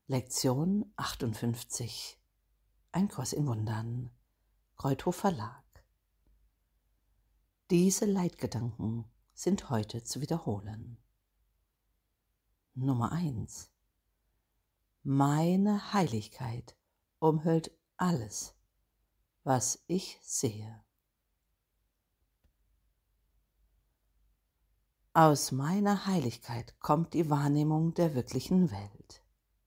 Lektion 58. Ein Kurs in Wundern. Kreuthof Verlag. Diese Leitgedanken sind heute zu wiederholen. Nummer 1. Meine Heiligkeit umhüllt alles, was ich sehe. Aus meiner Heiligkeit kommt die Wahrnehmung der wirklichen Welt.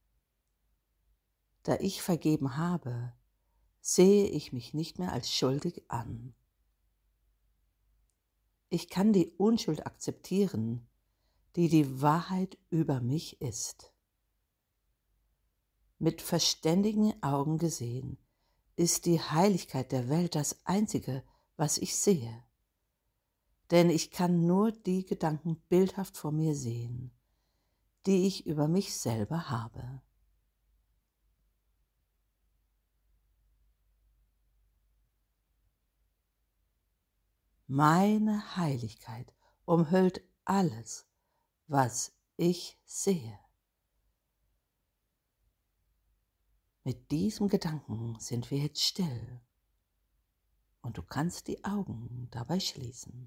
Da ich vergeben habe, sehe ich mich nicht mehr als schuldig an. Ich kann die Unschuld akzeptieren, die die Wahrheit über mich ist. Mit verständigen Augen gesehen, ist die Heiligkeit der Welt das Einzige, was ich sehe. Denn ich kann nur die Gedanken bildhaft vor mir sehen, die ich über mich selber habe. Meine Heiligkeit umhüllt alles, was ich sehe. Mit diesem Gedanken sind wir jetzt still und du kannst die Augen dabei schließen.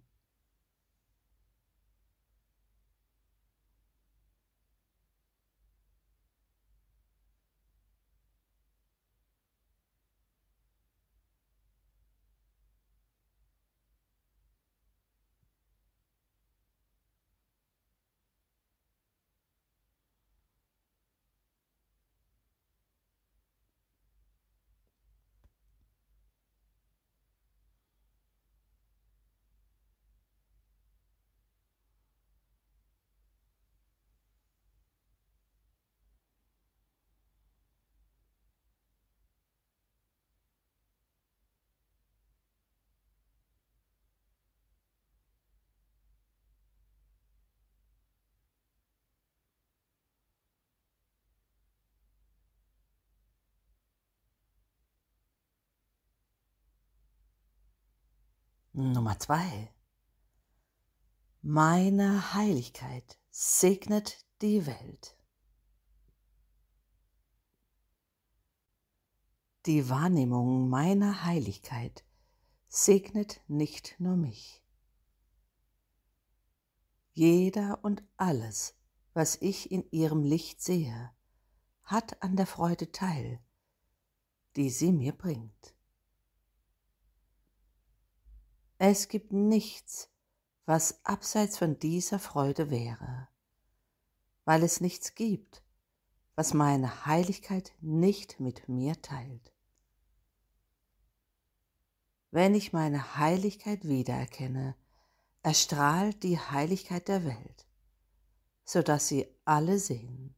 Nummer 2. Meine Heiligkeit segnet die Welt. Die Wahrnehmung meiner Heiligkeit segnet nicht nur mich. Jeder und alles, was ich in ihrem Licht sehe, hat an der Freude teil, die sie mir bringt. Es gibt nichts, was abseits von dieser Freude wäre, weil es nichts gibt, was meine Heiligkeit nicht mit mir teilt. Wenn ich meine Heiligkeit wiedererkenne, erstrahlt die Heiligkeit der Welt, sodass sie alle sehen.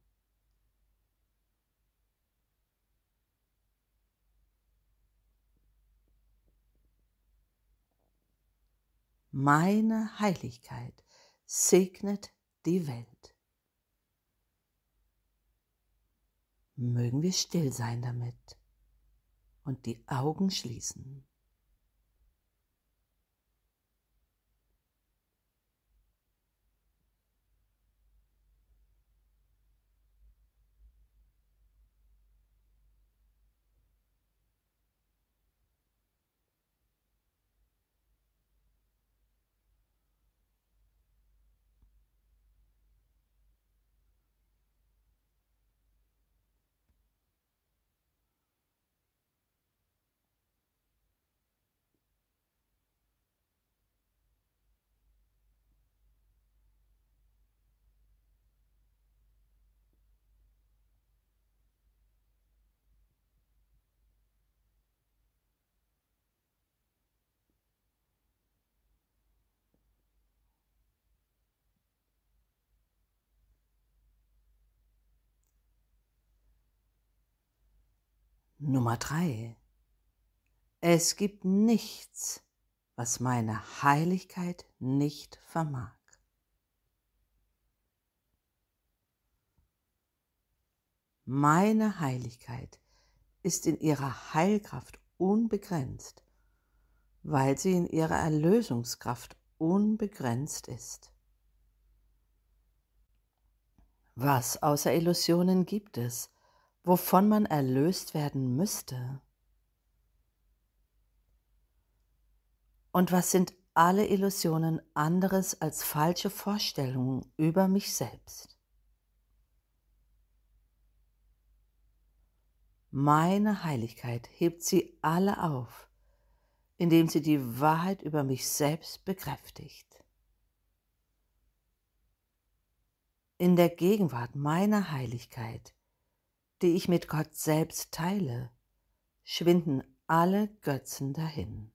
Meine Heiligkeit segnet die Welt. Mögen wir still sein damit und die Augen schließen. Nummer 3. Es gibt nichts, was meine Heiligkeit nicht vermag. Meine Heiligkeit ist in ihrer Heilkraft unbegrenzt, weil sie in ihrer Erlösungskraft unbegrenzt ist. Was außer Illusionen gibt es, wovon man erlöst werden müsste? Und was sind alle Illusionen anderes als falsche Vorstellungen über mich selbst? Meine Heiligkeit hebt sie alle auf, indem sie die Wahrheit über mich selbst bekräftigt. In der Gegenwart meiner Heiligkeit, die ich mit Gott selbst teile, schwinden alle Götzen dahin.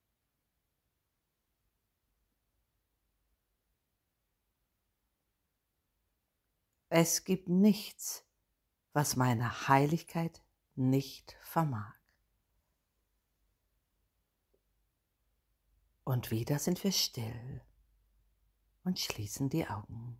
Es gibt nichts, was meine Heiligkeit nicht vermag. Und wieder sind wir still und schließen die Augen.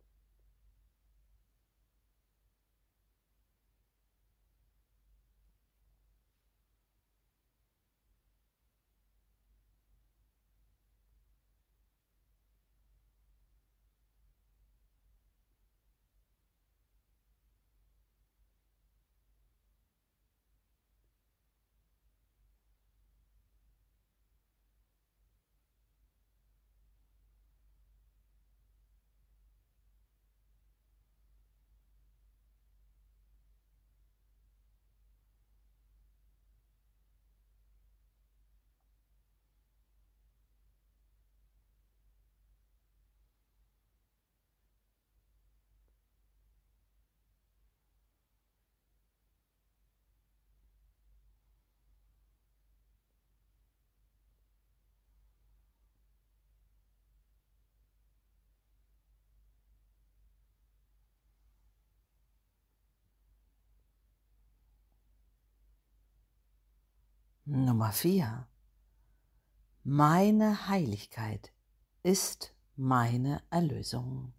Nummer 4. Meine Heiligkeit ist meine Erlösung.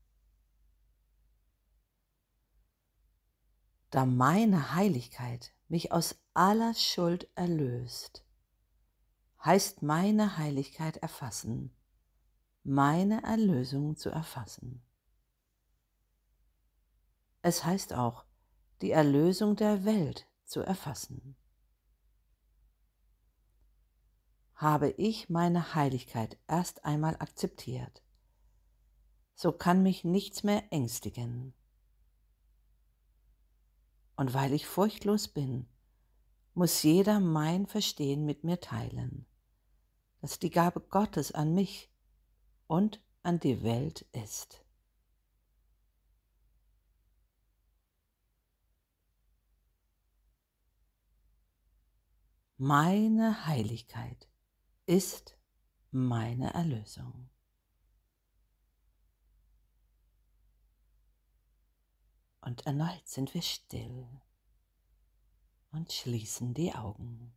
Da meine Heiligkeit mich aus aller Schuld erlöst, heißt meine Heiligkeit erfassen, meine Erlösung zu erfassen. Es heißt auch, die Erlösung der Welt zu erfassen. Habe ich meine Heiligkeit erst einmal akzeptiert, so kann mich nichts mehr ängstigen. Und weil ich furchtlos bin, muss jeder mein Verstehen mit mir teilen, das die Gabe Gottes an mich und an die Welt ist. Meine Heiligkeit ist meine Erlösung. Und erneut sind wir still und schließen die Augen.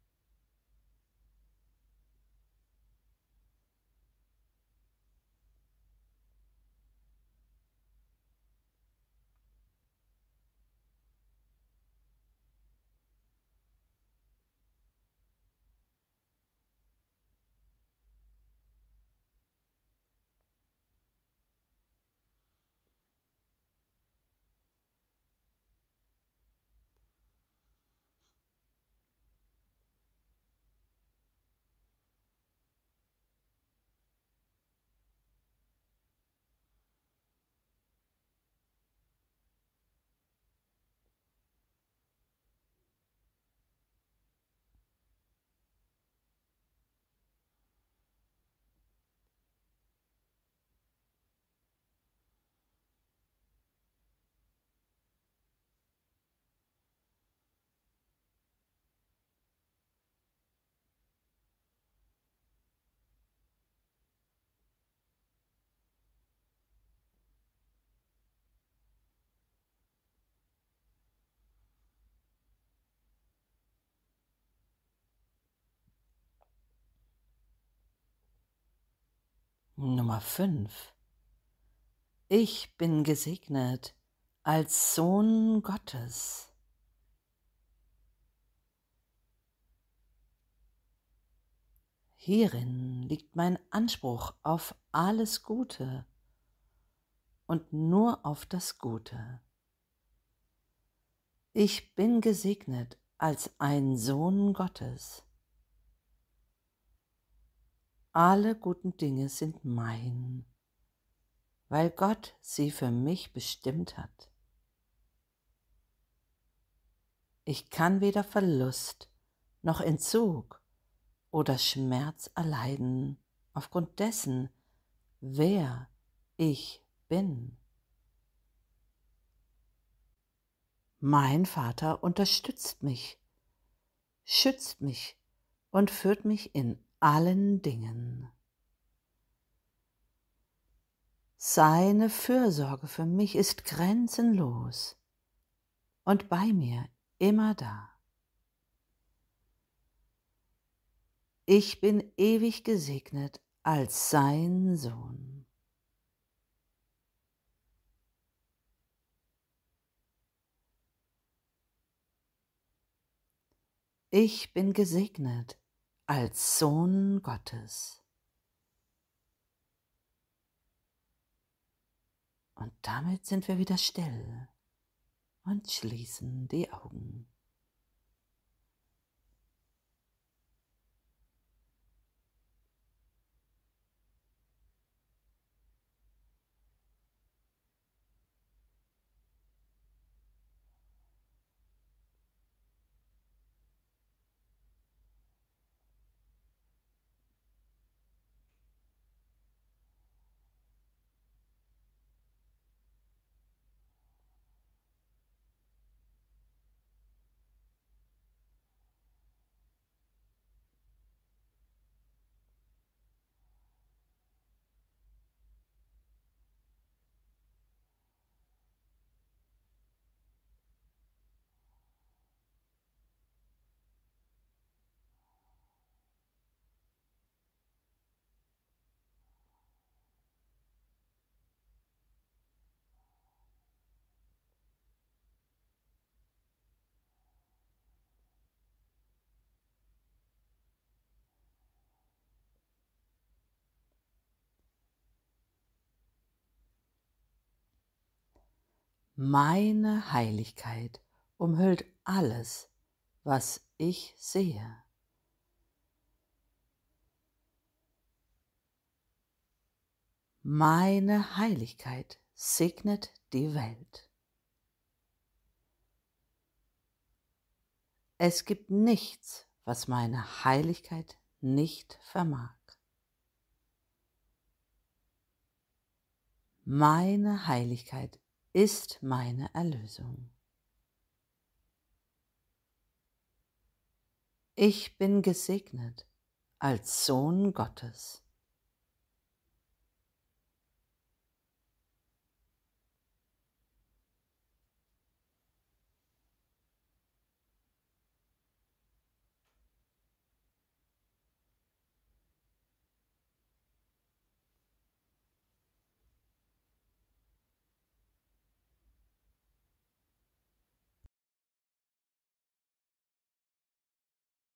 Nummer 5. Ich bin gesegnet als Sohn Gottes. Hierin liegt mein Anspruch auf alles Gute und nur auf das Gute. Ich bin gesegnet als ein Sohn Gottes. Alle guten Dinge sind mein, weil Gott sie für mich bestimmt hat. Ich kann weder Verlust noch Entzug oder Schmerz erleiden aufgrund dessen, wer ich bin. Mein Vater unterstützt mich, schützt mich und führt mich in allen Dingen. Seine Fürsorge für mich ist grenzenlos und bei mir immer da. Ich bin ewig gesegnet als sein Sohn. Ich bin gesegnet als Sohn Gottes. Und damit sind wir wieder still und schließen die Augen. Meine Heiligkeit umhüllt alles, was ich sehe. Meine Heiligkeit segnet die Welt. Es gibt nichts, was meine Heiligkeit nicht vermag. Meine Heiligkeit ist meine Erlösung. Ich bin gesegnet als Sohn Gottes.